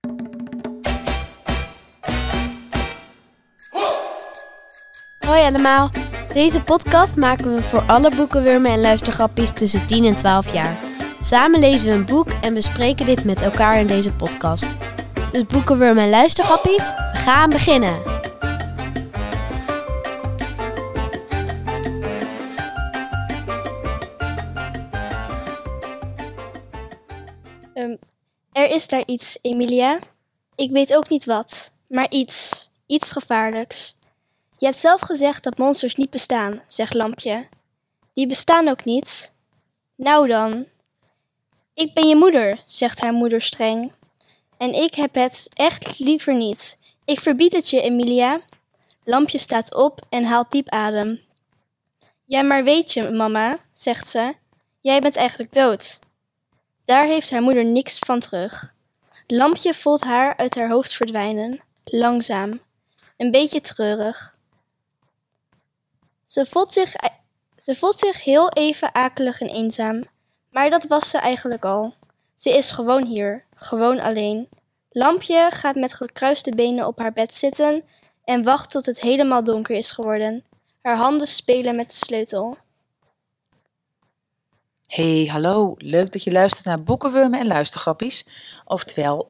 Hoi allemaal, deze podcast maken we voor alle boekenwurmen en luistergrappies tussen 10 en 12 jaar. Samen lezen we een boek en bespreken dit met elkaar in deze podcast. Dus boekenwurmen en luistergrappies, we gaan beginnen! Er is daar iets, Emilia. Ik weet ook niet wat, maar iets. Iets gevaarlijks. Je hebt zelf gezegd dat monsters niet bestaan, zegt Lampje. Die bestaan ook niet. Nou dan. Ik ben je moeder, zegt haar moeder streng. En ik heb het echt liever niet. Ik verbied het je, Emilia. Lampje staat op en haalt diep adem. Ja, maar weet je, mama, zegt ze. Jij bent eigenlijk dood. Daar heeft haar moeder niks van terug. Lampje voelt haar uit haar hoofd verdwijnen. Langzaam. Een beetje treurig. Ze voelt zich heel even akelig en eenzaam. Maar dat was ze eigenlijk al. Ze is gewoon hier. Gewoon alleen. Lampje gaat met gekruiste benen op haar bed zitten en wacht tot het helemaal donker is geworden. Haar handen spelen met de sleutel. Hey, hallo. Leuk dat je luistert naar Boekenwurmen en Luistergrappies. Oftewel,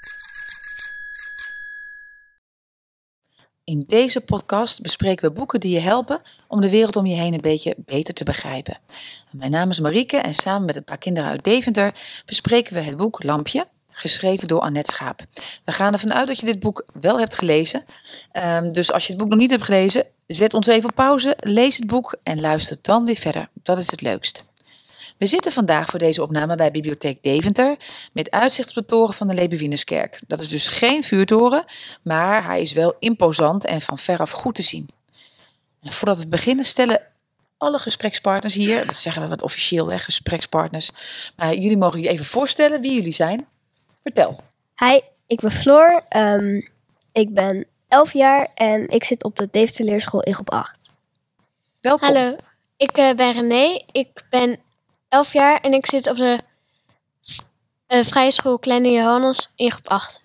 in deze podcast bespreken we boeken die je helpen om de wereld om je heen een beetje beter te begrijpen. Mijn naam is Marieke en samen met een paar kinderen uit Deventer bespreken we het boek Lampje, geschreven door Annette Schaap. We gaan ervan uit dat je dit boek wel hebt gelezen. Dus als je het boek nog niet hebt gelezen, zet ons even op pauze, lees het boek en luister dan weer verder. Dat is het leukst. We zitten vandaag voor deze opname bij Bibliotheek Deventer met uitzicht op de toren van de Lebewineskerk. Dat is dus geen vuurtoren, maar hij is wel imposant en van veraf goed te zien. En voordat we beginnen stellen alle gesprekspartners hier, dat zeggen we wat officieel, gesprekspartners, maar jullie mogen je even voorstellen wie jullie zijn. Vertel. Hi, ik ben Floor, ik ben 11 jaar en ik zit op de Deventer Leerschool in groep 8. Welkom. Hallo, ik ben René, ik ben 11 jaar en ik zit op de Vrije School Kleine Johannes in groep 8.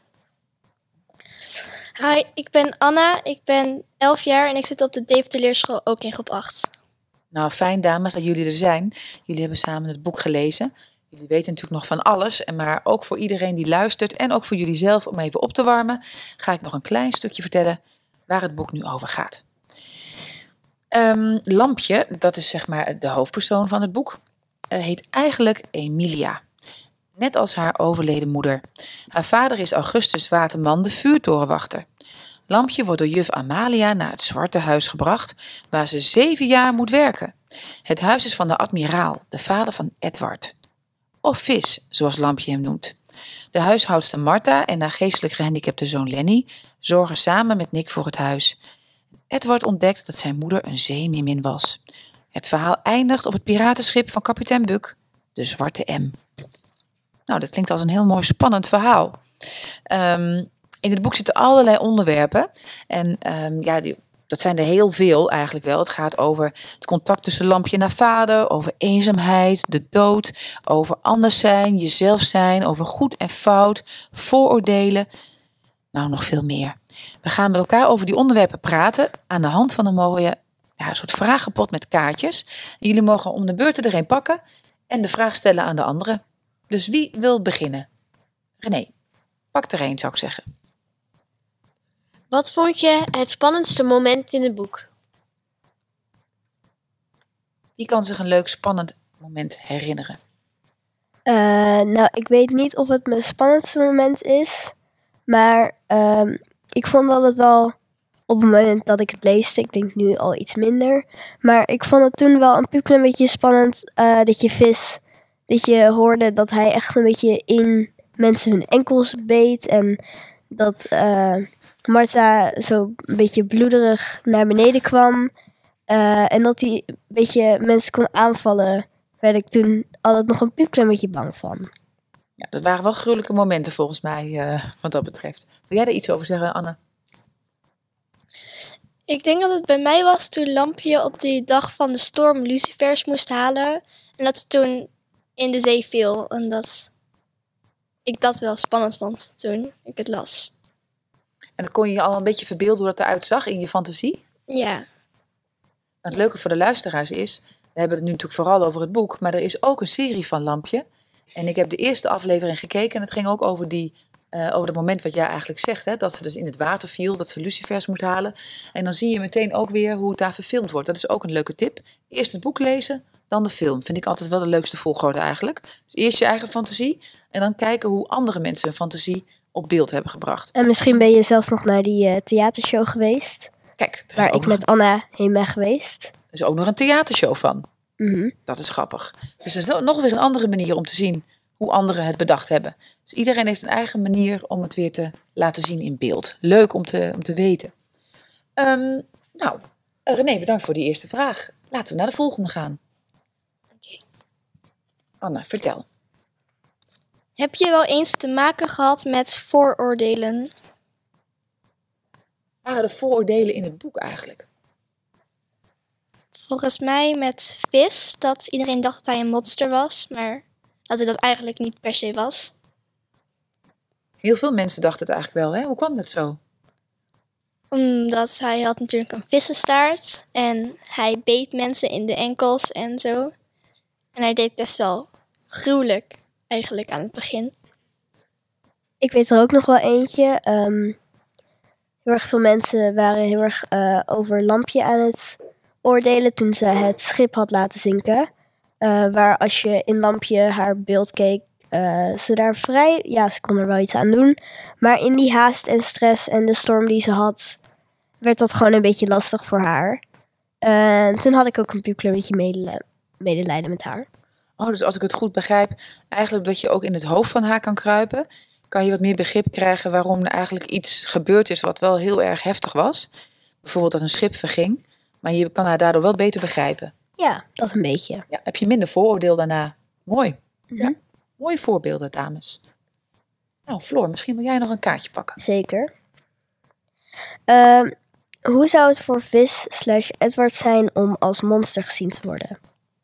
Hi, ik ben Anna, ik ben 11 jaar en ik zit op de Deventer Leerschool ook in groep 8. Nou, fijn dames dat jullie er zijn. Jullie hebben samen het boek gelezen. Jullie weten natuurlijk nog van alles, maar ook voor iedereen die luistert en ook voor jullie zelf om even op te warmen, ga ik nog een klein stukje vertellen waar het boek nu over gaat. Lampje, dat is zeg maar de hoofdpersoon van het boek, heet eigenlijk Emilia. Net als haar overleden moeder. Haar vader is Augustus Waterman, de vuurtorenwachter. Lampje wordt door juf Amalia naar het Zwarte Huis gebracht, waar ze 7 jaar moet werken. Het huis is van de admiraal, de vader van Edward. Of Vis, zoals Lampje hem noemt. De huishoudster Martha en haar geestelijk gehandicapte zoon Lenny zorgen samen met Nick voor het huis. Edward ontdekt dat zijn moeder een zeemeermin was. Het verhaal eindigt op het piratenschip van kapitein Buck, de Zwarte M. Nou, dat klinkt als een heel mooi spannend verhaal. In het boek zitten allerlei onderwerpen. En dat zijn er heel veel eigenlijk wel. Het gaat over het contact tussen Lampje en haar vader, over eenzaamheid, de dood, over anders zijn, jezelf zijn, over goed en fout, vooroordelen. Nou, nog veel meer. We gaan met elkaar over die onderwerpen praten aan de hand van een mooie soort vragenpot met kaartjes. En jullie mogen om de beurt er een pakken en de vraag stellen aan de anderen. Dus wie wil beginnen? René, pak er een, zou ik zeggen. Wat vond je het spannendste moment in het boek? Wie kan zich een leuk spannend moment herinneren? Nou, ik weet niet of het mijn spannendste moment is, maar ik vond dat het wel op het moment dat ik het leesde, ik denk nu al iets minder, maar ik vond het toen wel een klein beetje spannend dat je hoorde dat hij echt een beetje in mensen hun enkels beet en dat Martha zo een beetje bloederig naar beneden kwam en dat hij een beetje mensen kon aanvallen, werd ik toen altijd nog een klein beetje bang van. Ja, dat waren wel gruwelijke momenten volgens mij, wat dat betreft. Wil jij er iets over zeggen, Anne? Ik denk dat het bij mij was toen Lampje op die dag van de storm lucifers moest halen. En dat ze toen in de zee viel. En dat ik dat wel spannend vond toen ik het las. En dan kon je je al een beetje verbeelden hoe dat eruit zag in je fantasie? Ja, Het leuke voor de luisteraars is, we hebben het nu natuurlijk vooral over het boek, maar er is ook een serie van Lampje. En ik heb de eerste aflevering gekeken en het ging ook over over het moment wat jij eigenlijk zegt, hè, dat ze dus in het water viel, dat ze lucifers moet halen. En dan zie je meteen ook weer hoe het daar verfilmd wordt. Dat is ook een leuke tip. Eerst het boek lezen, dan de film. Vind ik altijd wel de leukste volgorde eigenlijk. Dus eerst je eigen fantasie en dan kijken hoe andere mensen hun fantasie op beeld hebben gebracht. En misschien ben je zelfs nog naar die theatershow geweest. Kijk, er Waar ik met Anna heen ben geweest. er is ook nog een theatershow van. Mhm. Dat is grappig. Dus er is nog weer een andere manier om te zien hoe anderen het bedacht hebben. Dus iedereen heeft een eigen manier om het weer te laten zien in beeld. Leuk om te weten. Nou, René, bedankt voor die eerste vraag. Laten we naar de volgende gaan. Oké. Anna, vertel. Heb je wel eens te maken gehad met vooroordelen? Waren de vooroordelen in het boek eigenlijk? Volgens mij met Vis, dat iedereen dacht dat hij een monster was, maar dat hij dat eigenlijk niet per se was. Heel veel mensen dachten het eigenlijk wel, hè? Hoe kwam dat zo? Omdat hij had natuurlijk een vissenstaart en hij beet mensen in de enkels en zo. En hij deed best wel gruwelijk eigenlijk aan het begin. Ik weet er ook nog wel eentje. Heel erg veel mensen waren heel erg over Lampje aan het oordelen toen ze het schip had laten zinken. Waar als je in Lampje haar beeld keek, ze daar ze kon er wel iets aan doen. Maar in die haast en stress en de storm die ze had, werd dat gewoon een beetje lastig voor haar. Toen had ik ook een klein beetje medelijden met haar. Oh, dus als ik het goed begrijp, eigenlijk dat je ook in het hoofd van haar kan kruipen, kan je wat meer begrip krijgen waarom er eigenlijk iets gebeurd is wat wel heel erg heftig was. Bijvoorbeeld dat een schip verging, maar je kan haar daardoor wel beter begrijpen. Ja, dat een beetje. Ja, heb je minder vooroordeel daarna. Mooi. Mhm. Ja, mooie voorbeelden, dames. Nou, Floor, misschien wil jij nog een kaartje pakken. Zeker. Hoe zou het voor Vis/Edward zijn om als monster gezien te worden?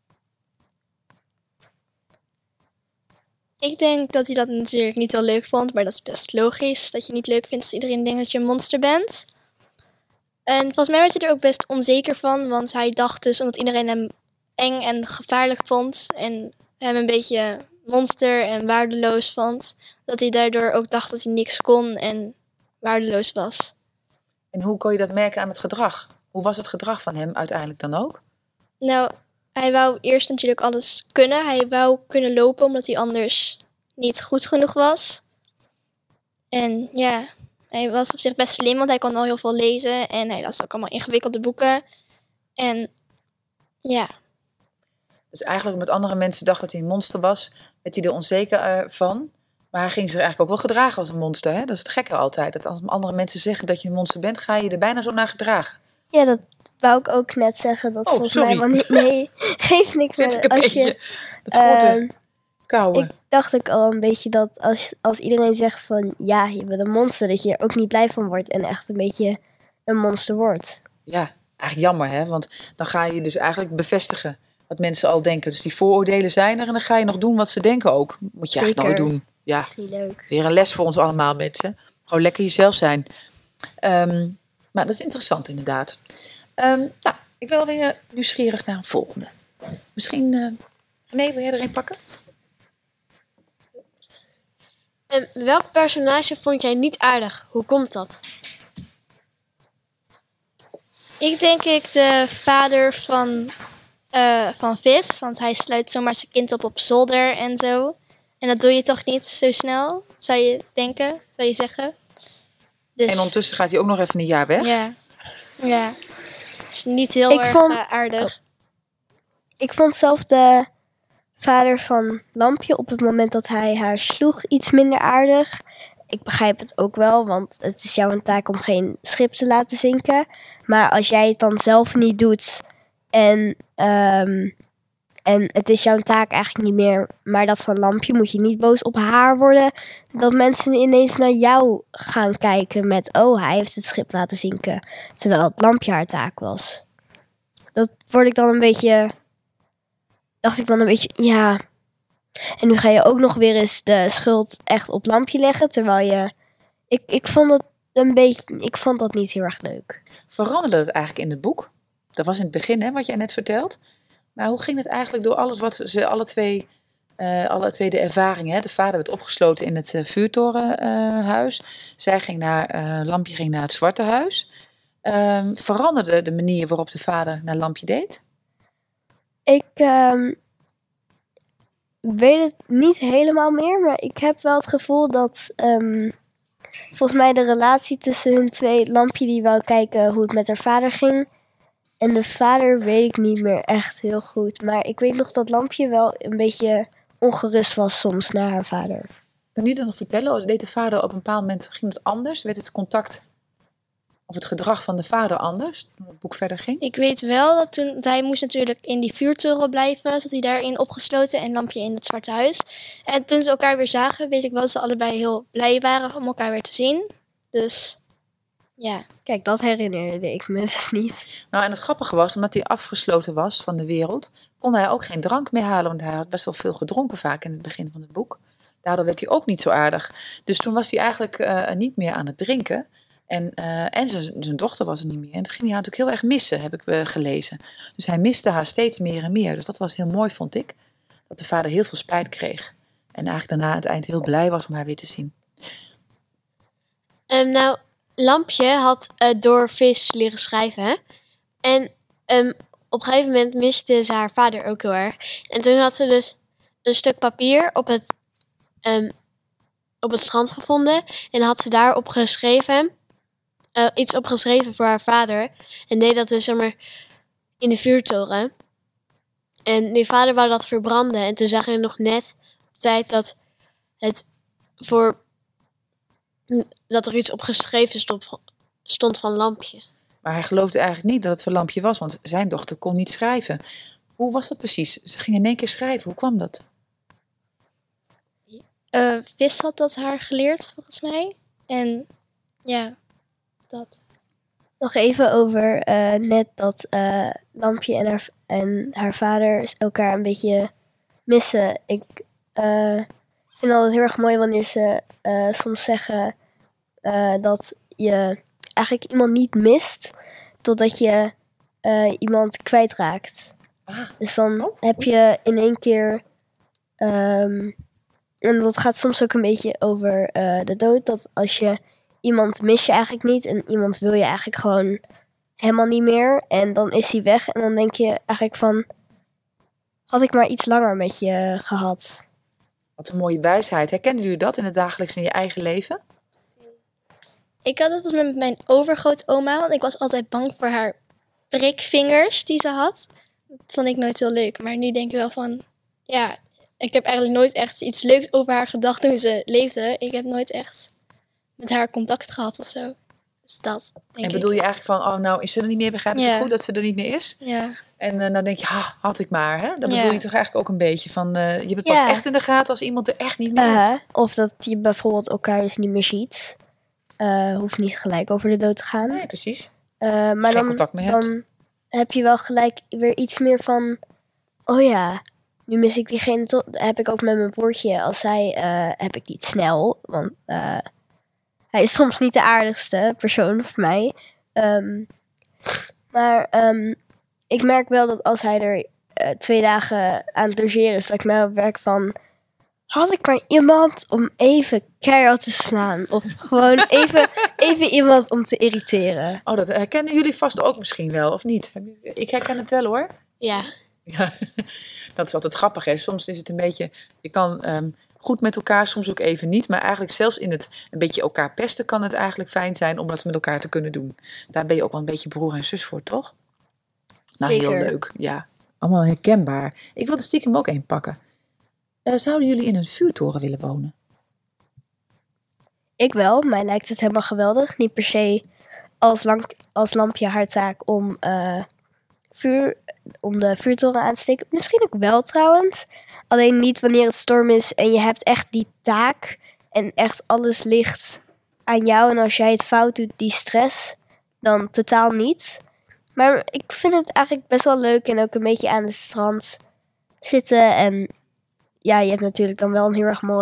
Ik denk dat hij dat natuurlijk niet heel leuk vond, maar dat is best logisch. Dat je niet leuk vindt als iedereen denkt dat je een monster bent. En volgens mij werd hij er ook best onzeker van, want hij dacht dus omdat iedereen hem eng en gevaarlijk vond en hem een beetje monster en waardeloos vond, dat hij daardoor ook dacht dat hij niks kon en waardeloos was. En hoe kon je dat merken aan het gedrag? Hoe was het gedrag van hem uiteindelijk dan ook? Nou, hij wou eerst natuurlijk alles kunnen. Hij wou kunnen lopen omdat hij anders niet goed genoeg was. En ja, hij was op zich best slim, want hij kon al heel veel lezen. En hij las ook allemaal ingewikkelde boeken. En ja, Dus eigenlijk met andere mensen dacht dat hij een monster was, werd hij er onzeker van. Maar hij ging zich eigenlijk ook wel gedragen als een monster. Hè? Dat is het gekke altijd. Dat als andere mensen zeggen dat je een monster bent, ga je er bijna zo naar gedragen. Ja, dat wou ik ook net zeggen. Dat volgens sorry. mij wel niet. Nee, geeft niks. Zit ik een Als beetje. je, Het voor te ik kauwen. dacht ook al een beetje dat als iedereen zegt van ja, je bent een monster, dat je er ook niet blij van wordt en echt een beetje een monster wordt. Ja, eigenlijk jammer, hè? Want dan ga je dus eigenlijk bevestigen wat mensen al denken. Dus die vooroordelen zijn er en dan ga je nog doen wat ze denken ook. Moet je eigenlijk Zeker. nooit doen. Ja, Dat is niet leuk. weer een les voor ons allemaal, mensen. Gewoon lekker jezelf zijn. Maar dat is interessant inderdaad. Nou, ik ben wel weer nieuwsgierig naar een volgende. Misschien, nee, wil jij er een pakken? En welk personage vond jij niet aardig? Hoe komt dat? ik denk de vader van Vis, want hij sluit zomaar zijn kind op zolder en zo. En dat doe je toch niet zo snel, zou je denken, zou je zeggen. Dus, En ondertussen gaat hij ook nog even een jaar weg. Ja. Is niet heel Ik erg vond- aardig. Ik vond zelf de vader van Lampje op het moment dat hij haar sloeg iets minder aardig. Ik begrijp het ook wel, want het is jouw taak om geen schip te laten zinken. Maar als jij het dan zelf niet doet en het is jouw taak eigenlijk niet meer, maar dat van Lampje, moet je niet boos op haar worden. Dat mensen ineens naar jou gaan kijken met, oh, hij heeft het schip laten zinken. Terwijl het Lampje haar taak was. Dat dacht ik dan een beetje, ja, En nu ga je ook nog weer eens de schuld echt op Lampje leggen. Terwijl je... Ik vond het een beetje... Ik vond dat niet heel erg leuk. Veranderde het eigenlijk in het boek? Dat was in het begin, hè, wat jij net vertelt. Maar hoe ging het eigenlijk door alles wat ze alle twee de ervaringen? Hè? De vader werd opgesloten in het vuurtorenhuis. Lampje ging naar het Zwarte Huis. Veranderde de manier waarop de vader naar Lampje deed? Ik weet het niet helemaal meer. Maar ik heb wel het gevoel dat... volgens mij de relatie tussen hun twee... Lampje die wou kijken hoe het met haar vader ging... En de vader weet ik niet meer echt heel goed. Maar ik weet nog dat Lampje wel een beetje ongerust was soms naar haar vader. Kan je dat nog vertellen? Deed de vader op een bepaald moment, ging het anders? Werd het contact of het gedrag van de vader anders toen het boek verder ging? Ik weet wel dat toen hij moest natuurlijk in die vuurtoren blijven. Zat hij daarin opgesloten en Lampje in het Zwarte Huis. En toen ze elkaar weer zagen, weet ik wel dat ze allebei heel blij waren om elkaar weer te zien. Dus ja. Kijk, dat herinnerde ik me dus niet. Nou, en het grappige was, omdat hij afgesloten was van de wereld, kon hij ook geen drank meer halen, want hij had best wel veel gedronken vaak in het begin van het boek. Daardoor werd hij ook niet zo aardig. Dus toen was hij eigenlijk niet meer aan het drinken. En zijn dochter was er niet meer. En toen ging hij haar natuurlijk heel erg missen, heb ik gelezen. Dus hij miste haar steeds meer en meer. Dus dat was heel mooi, vond ik. Dat de vader heel veel spijt kreeg. En eigenlijk daarna aan het eind heel blij was om haar weer te zien. Nou, Lampje had door vis leren schrijven. Hè? En op een gegeven moment miste ze haar vader ook heel erg. En toen had ze dus een stuk papier op het strand gevonden. En had ze daarop geschreven, iets opgeschreven voor haar vader. En deed dat dus zeg maar, in de vuurtoren. En die vader wou dat verbranden. En toen zag hij nog net op tijd dat er iets opgeschreven stond van Lampje. Maar hij geloofde eigenlijk niet dat het voor Lampje was, want zijn dochter kon niet schrijven. Hoe was dat precies? Ze ging in één keer schrijven. Hoe kwam dat? Vis had dat haar geleerd, volgens mij. En ja, dat. Nog even over net dat Lampje en haar vader elkaar een beetje missen. Ik vind altijd heel erg mooi wanneer ze soms zeggen dat je eigenlijk iemand niet mist totdat je iemand kwijtraakt. Dus dan heb je in één keer... en dat gaat soms ook een beetje over de dood. Dat als je iemand mis je eigenlijk niet en iemand wil je eigenlijk gewoon helemaal niet meer. En dan is hij weg en dan denk je eigenlijk van... Had ik maar iets langer met je gehad. Wat een mooie wijsheid. Herkennen jullie dat in het dagelijks in je eigen leven? Ik had het met mijn overgrootoma, want ik was altijd bang voor haar prikvingers die ze had. Dat vond ik nooit heel leuk, maar nu denk ik wel van... Ja, ik heb eigenlijk nooit echt iets leuks over haar gedacht toen ze leefde. Ik heb nooit echt met haar contact gehad of zo. Dus dat, denk En bedoel je eigenlijk van, oh nou is ze er niet meer, begrijp ik het Ja. goed dat ze er niet meer is? Ja. En dan denk je, had ik maar. Hè? Dan Ja. bedoel je toch eigenlijk ook een beetje van, je hebt het pas Ja. echt in de gaten als iemand er echt niet meer is. Of dat je bijvoorbeeld elkaar dus niet meer ziet. Hoeft niet gelijk over de dood te gaan. Nee, precies. Maar geen dan, contact meer hebt. dan heb je wel gelijk weer iets meer van... Oh ja, nu mis ik diegene toch. Heb ik ook met mijn broertje. Als hij heb ik niet snel. Want hij is soms niet de aardigste persoon voor mij. Maar ik merk wel dat als hij er 2 dagen aan het logeren is... dat ik mij op werk van... Had ik maar iemand om even keihard te slaan. Of gewoon even iemand om te irriteren. Oh, dat herkennen jullie vast ook misschien wel, of niet? Ik herken het wel hoor. Ja. Ja, dat is altijd grappig. Hè? Soms is het een beetje, je kan goed met elkaar, soms ook even niet. Maar eigenlijk zelfs in het een beetje elkaar pesten kan het eigenlijk fijn zijn om dat met elkaar te kunnen doen. Daar ben je ook wel een beetje broer en zus voor, toch? Nou, Zeker. heel leuk. Ja, allemaal herkenbaar. Ik wil er stiekem ook één pakken. Zouden jullie in een vuurtoren willen wonen? Ik wel, mij lijkt het helemaal geweldig. Niet per se als Lampje haar taak om de vuurtoren aan te steken. Misschien ook wel trouwens. Alleen niet wanneer het storm is en je hebt echt die taak. En echt alles ligt aan jou. En als jij het fout doet, die stress, dan totaal niet. Maar ik vind het eigenlijk best wel leuk. En ook een beetje aan het strand zitten. En ja, je hebt natuurlijk dan wel een heel erg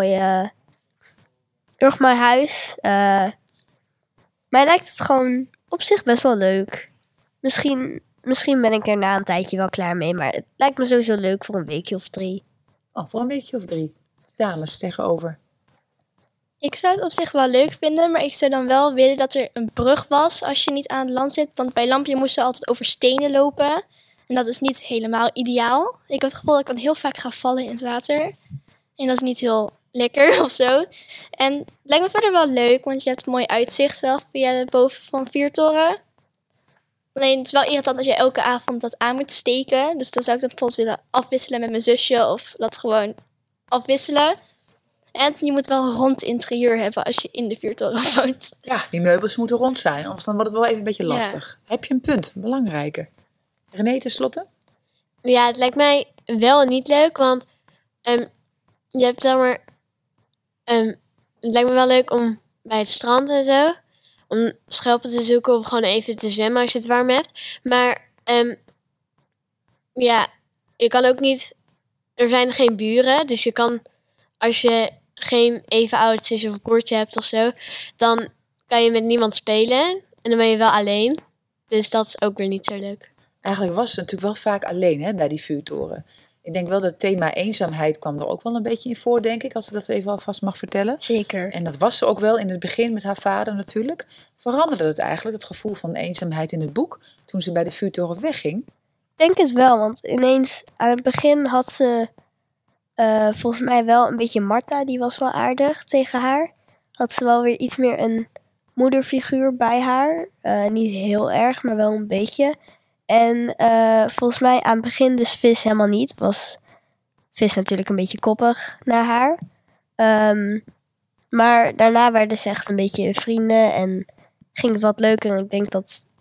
mooi huis. Mij lijkt het gewoon op zich best wel leuk. Misschien ben ik er na een tijdje wel klaar mee, maar het lijkt me sowieso leuk voor een weekje of 3. Oh, voor een weekje of 3. Dames tegenover. Ik zou het op zich wel leuk vinden, maar ik zou dan wel willen dat er een brug was als je niet aan het land zit. Want bij Lampje moesten we altijd over stenen lopen. En dat is niet helemaal ideaal. Ik heb het gevoel dat ik dan heel vaak ga vallen in het water. En dat is niet heel lekker of zo. En het lijkt me verder wel leuk, want je hebt mooi uitzicht wel via de boven van Vuurtoren. Alleen het is wel irritant als je elke avond dat aan moet steken. Dus dan zou ik dat bijvoorbeeld willen afwisselen met mijn zusje of dat gewoon afwisselen. En je moet wel een rond interieur hebben als je in de Vuurtoren woont. Ja, die meubels moeten rond zijn, anders dan wordt het wel even een beetje lastig. Heb je een punt? Een belangrijke. René, tenslotte? Ja, het lijkt mij wel niet leuk, want je hebt dan maar... het lijkt me wel leuk om bij het strand en zo, om schelpen te zoeken of gewoon even te zwemmen als je het warm hebt. Maar ja, je kan ook niet... Er zijn geen buren, dus je kan... Als je geen even oudjes of een koordje hebt of zo, dan kan je met niemand spelen. En dan ben je wel alleen. Dus dat is ook weer niet zo leuk. Eigenlijk was ze natuurlijk wel vaak alleen bij die vuurtoren. Ik denk wel dat het thema eenzaamheid kwam er ook wel een beetje in voor, denk ik. Als ik dat even alvast mag vertellen. Zeker. En dat was ze ook wel in het begin met haar vader natuurlijk. Veranderde het eigenlijk, het gevoel van eenzaamheid in het boek, toen ze bij de vuurtoren wegging? Ik denk het wel, want ineens aan het begin had ze volgens mij wel een beetje Martha, die was wel aardig tegen haar. Had ze wel weer iets meer een moederfiguur bij haar. Niet heel erg, maar wel een beetje. En volgens mij aan het begin dus Vis helemaal niet. Was Vis natuurlijk een beetje koppig naar haar. Maar daarna werden ze echt een beetje vrienden en ging het wat leuker. En ik denk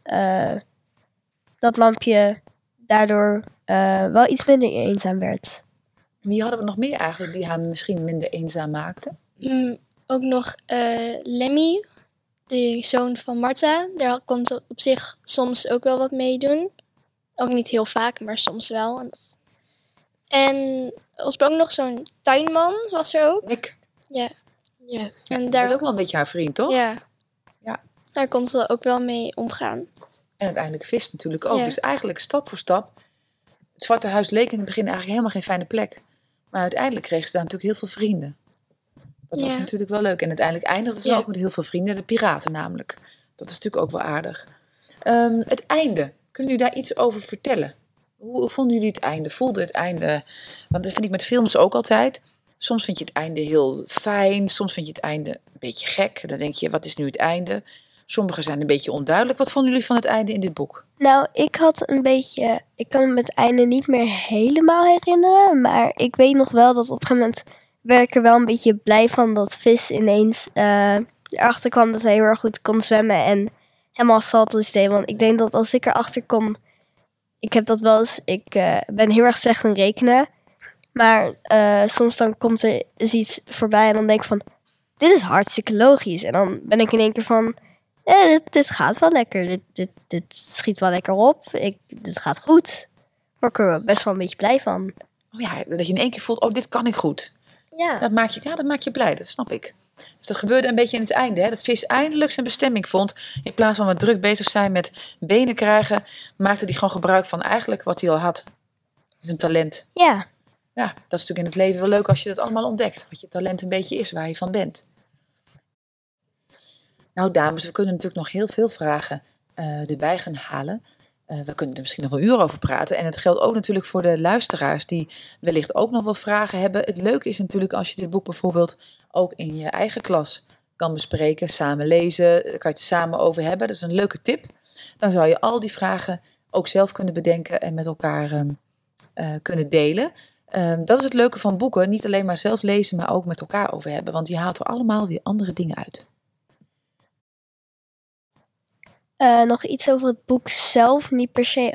dat Lampje daardoor wel iets minder eenzaam werd. Wie hadden we nog meer eigenlijk die haar misschien minder eenzaam maakte? Ook nog Lemmy, de zoon van Martha. Daar kon ze op zich soms ook wel wat mee doen. Ook niet heel vaak, maar soms wel. En was er ook nog zo'n tuinman, was er ook. Nick. Ja. Ja. En Dat daar is ook wel een beetje haar vriend, toch? Ja. Ja. Daar kon ze ook wel mee omgaan. En uiteindelijk Vis natuurlijk ook. Ja. Dus eigenlijk stap voor stap. Het Zwarte Huis leek in het begin eigenlijk helemaal geen fijne plek. Maar uiteindelijk kreeg ze daar natuurlijk heel veel vrienden. Dat was natuurlijk wel leuk. En uiteindelijk eindigde ze ook met heel veel vrienden. De piraten namelijk. Dat is natuurlijk ook wel aardig. Het einde. Kunnen jullie daar iets over vertellen? Hoe vonden jullie het einde? Voelde het einde? Want dat vind ik met films ook altijd. Soms vind je het einde heel fijn. Soms vind je het einde een beetje gek. Dan denk je, wat is nu het einde? Sommige zijn een beetje onduidelijk. Wat vonden jullie van het einde in dit boek? Nou, ik kan me het einde niet meer helemaal herinneren. Maar ik weet nog wel dat op een gegeven moment werd ik er wel een beetje blij van dat Vis ineens erachter kwam dat hij heel erg goed kon zwemmen en helemaal salto's deed. Want ik denk dat als ik erachter kom, ik heb dat wel eens, ik ben heel erg slecht in rekenen. Maar soms dan komt er iets voorbij en dan denk ik van, dit is hartstikke logisch. En dan ben ik in één keer van, dit gaat wel lekker. Dit schiet wel lekker op. Dit gaat goed. Daar word ik er best wel een beetje blij van. Oh ja, dat je in één keer voelt, dit kan ik goed. Ja. Dat maakt je blij, dat snap ik. Dus dat gebeurde een beetje in het einde. Dat Vis eindelijk zijn bestemming vond. In plaats van wat druk bezig zijn met benen krijgen, maakte hij gewoon gebruik van eigenlijk wat hij al had. Zijn talent. Ja. Ja, dat is natuurlijk in het leven wel leuk als je dat allemaal ontdekt. Wat je talent een beetje is, waar je van bent. Nou dames, we kunnen natuurlijk nog heel veel vragen erbij gaan halen. We kunnen er misschien nog wel uren over praten. En het geldt ook natuurlijk voor de luisteraars die wellicht ook nog wel vragen hebben. Het leuke is natuurlijk als je dit boek bijvoorbeeld ook in je eigen klas kan bespreken, samen lezen, kan je het er samen over hebben. Dat is een leuke tip. Dan zou je al die vragen ook zelf kunnen bedenken en met elkaar kunnen delen. Dat is het leuke van boeken. Niet alleen maar zelf lezen, maar ook met elkaar over hebben. Want je haalt er allemaal weer andere dingen uit. Nog iets over het boek zelf. Niet per se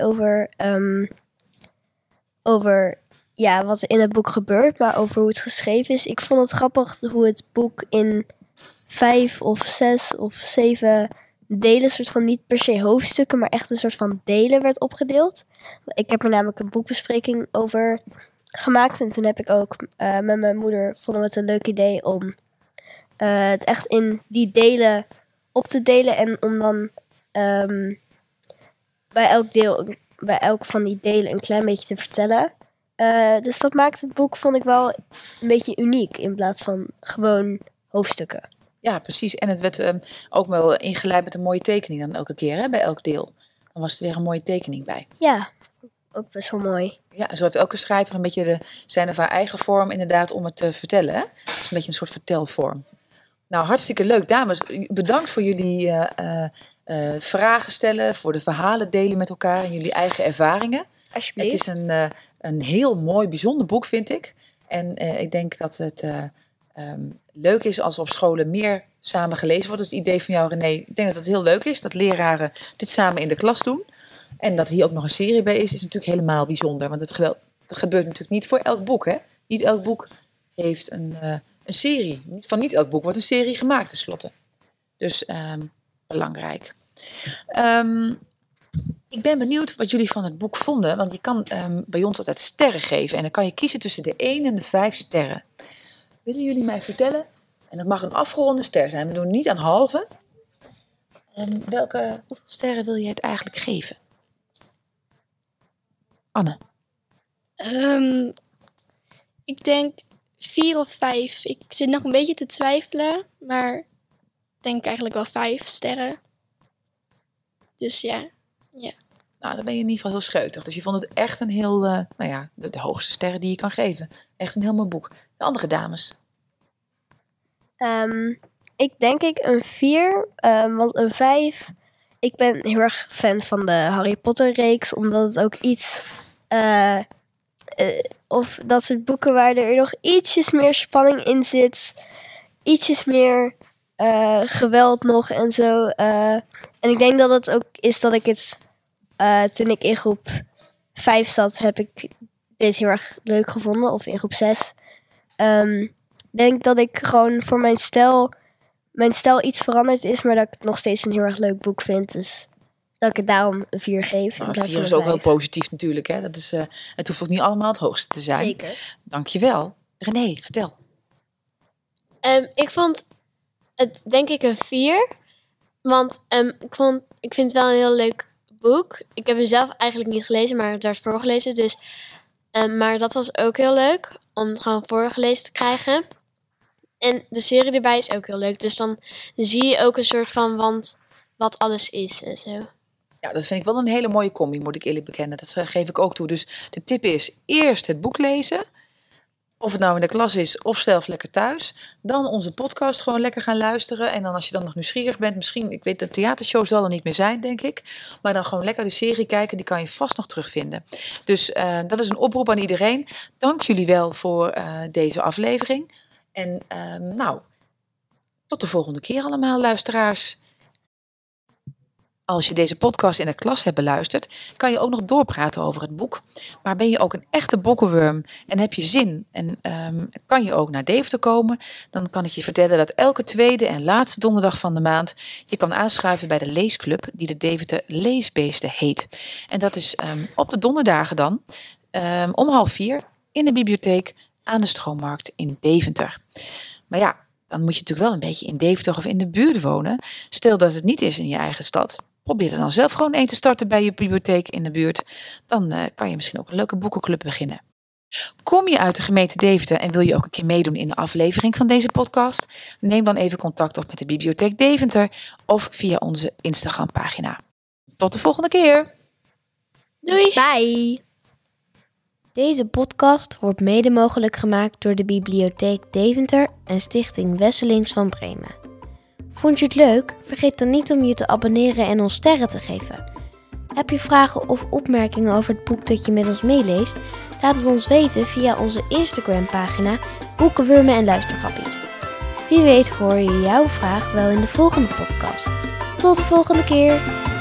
over wat er in het boek gebeurt, maar over hoe het geschreven is. Ik vond het grappig hoe het boek in 5 of 6 of 7 delen, soort van niet per se hoofdstukken, maar echt een soort van delen werd opgedeeld. Ik heb er namelijk een boekbespreking over gemaakt. En toen heb ik ook met mijn moeder, vonden we het een leuk idee om het echt in die delen op te delen. En om dan bij elk van die delen een klein beetje te vertellen. Dus dat maakt het boek, vond ik wel, een beetje uniek in plaats van gewoon hoofdstukken. Ja, precies. En het werd ook wel ingeleid met een mooie tekening dan elke keer, hè, bij elk deel. Dan was er weer een mooie tekening bij. Ja, ook best wel mooi. Ja, en zo heeft elke schrijver een beetje zijn of haar eigen vorm inderdaad om het te vertellen. Hè? Het is een beetje een soort vertelvorm. Nou, hartstikke leuk. Dames, bedankt voor jullie vragen stellen, voor de verhalen delen met elkaar en jullie eigen ervaringen. Alsjeblieft. Het is een heel mooi, bijzonder boek, vind ik. En ik denk dat het leuk is als er op scholen meer samen gelezen wordt. Dus het idee van jou, René, ik denk dat het heel leuk is dat leraren dit samen in de klas doen. En dat hier ook nog een serie bij is natuurlijk helemaal bijzonder. Want dat gebeurt natuurlijk niet voor elk boek, hè? Niet elk boek heeft een serie. Van niet elk boek wordt een serie gemaakt, tenslotte. Dus belangrijk. Ik ben benieuwd wat jullie van het boek vonden. Want je kan bij ons altijd sterren geven. En dan kan je kiezen tussen de 1 en de 5 sterren. Willen jullie mij vertellen? En dat mag een afgeronde ster zijn. We doen niet aan halve. Hoeveel sterren wil je het eigenlijk geven? Anne? Ik denk 4 of 5. Ik zit nog een beetje te twijfelen, maar ik denk eigenlijk wel 5 sterren. Dus ja. Nou, dan ben je in ieder geval heel scheutig. Dus je vond het echt een heel, de hoogste sterren die je kan geven. Echt een heel mooi boek. De andere dames? Ik denk een 4, want een 5... Ik ben heel erg fan van de Harry Potter reeks, omdat het ook iets... of dat soort boeken waar er nog ietsjes meer spanning in zit. Ietsjes meer geweld nog en zo. En ik denk dat het ook is dat ik het... toen ik in groep 5 zat, heb ik dit heel erg leuk gevonden. Of in groep 6. Ik denk dat ik gewoon voor mijn stijl iets veranderd is. Maar dat ik het nog steeds een heel erg leuk boek vind. Dus dat ik het daarom een 4 geef. Nou, 4 is ook heel positief natuurlijk. Hè? Dat is, het hoeft ook niet allemaal het hoogste te zijn. Zeker. Dankjewel. René, vertel. Ik vond het denk ik een 4. Want ik vind het wel een heel leuk boek. Ik heb hem zelf eigenlijk niet gelezen, maar het werd voorgelezen. Dus, maar dat was ook heel leuk om het gewoon voorgelezen te krijgen. En de serie erbij is ook heel leuk. Dus dan zie je ook een soort van wat alles is en zo. Ja, dat vind ik wel een hele mooie combi, moet ik eerlijk bekennen. Dat geef ik ook toe. Dus de tip is eerst het boek lezen. Of het nou in de klas is of zelf lekker thuis. Dan onze podcast gewoon lekker gaan luisteren. En dan als je dan nog nieuwsgierig bent, misschien, ik weet de theatershow zal er niet meer zijn, denk ik. Maar dan gewoon lekker de serie kijken, die kan je vast nog terugvinden. Dus dat is een oproep aan iedereen. Dank jullie wel voor deze aflevering. En tot de volgende keer allemaal, luisteraars. Als je deze podcast in de klas hebt beluisterd, kan je ook nog doorpraten over het boek. Maar ben je ook een echte bokkenworm en heb je zin en kan je ook naar Deventer komen, dan kan ik je vertellen dat elke tweede en laatste donderdag van de maand je kan aanschuiven bij de leesclub die de Deventer Leesbeesten heet. En dat is op de donderdagen dan om 3:30 in de bibliotheek aan de Stroommarkt in Deventer. Maar ja, dan moet je natuurlijk wel een beetje in Deventer of in de buurt wonen. Stel dat het niet is in je eigen stad. Probeer er dan zelf gewoon een te starten bij je bibliotheek in de buurt. Dan kan je misschien ook een leuke boekenclub beginnen. Kom je uit de gemeente Deventer en wil je ook een keer meedoen in de aflevering van deze podcast? Neem dan even contact op met de Bibliotheek Deventer of via onze Instagram-pagina. Tot de volgende keer! Doei! Bye! Deze podcast wordt mede mogelijk gemaakt door de Bibliotheek Deventer en Stichting Wesselings van Bremen. Vond je het leuk? Vergeet dan niet om je te abonneren en ons sterren te geven. Heb je vragen of opmerkingen over het boek dat je met ons meeleest? Laat het ons weten via onze Instagram-pagina Boekenwurmen en Luistergrappies. Wie weet hoor je jouw vraag wel in de volgende podcast. Tot de volgende keer!